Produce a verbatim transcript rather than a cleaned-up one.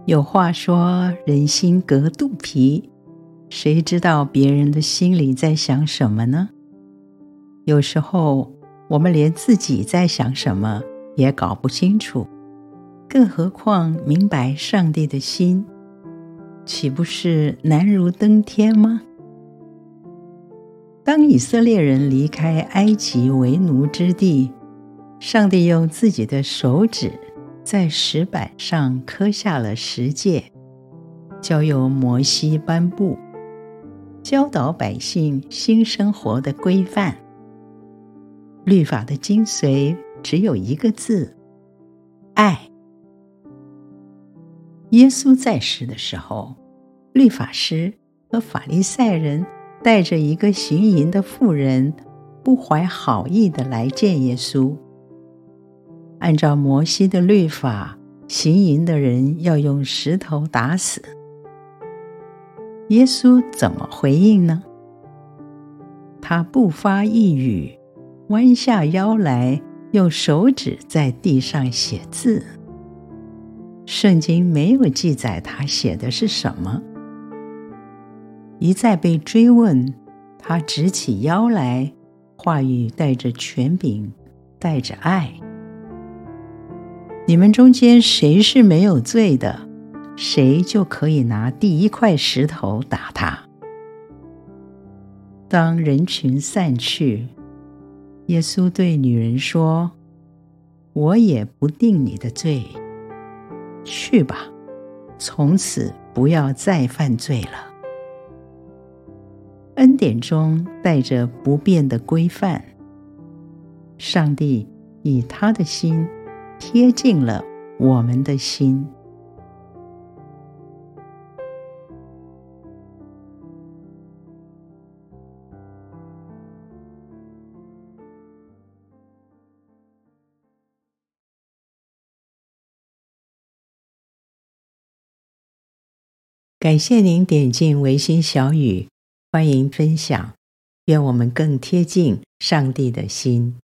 有话说人心隔肚皮，谁知道别人的心里在想什么呢？有时候我们连自己在想什么也搞不清楚，更何况明白上帝的心，岂不是难如登天吗？当以色列人离开埃及为奴之地，上帝用自己的手指在石板上刻下了十诫，交由摩西颁布，教导百姓新生活的规范。律法的精髓只有一个字：爱。耶稣在世的时候，律法师和法利赛人带着一个行淫的妇人，不怀好意地来见耶稣。按照摩西的律法，行淫的人要用石头打死。耶稣怎么回应呢？他不发一语，弯下腰来，用手指在地上写字。圣经没有记载他写的是什么。一再被追问，他直起腰来，话语带着权柄，带着爱。你们中间谁是没有罪的，谁就可以拿第一块石头打他。当人群散去，耶稣对女人说：我也不定你的罪，去吧，从此不要再犯罪了。恩典中带着不变的规范，上帝以他的心贴近了我们的心。感谢您点进微心小语，欢迎分享，愿我们更贴近上帝的心。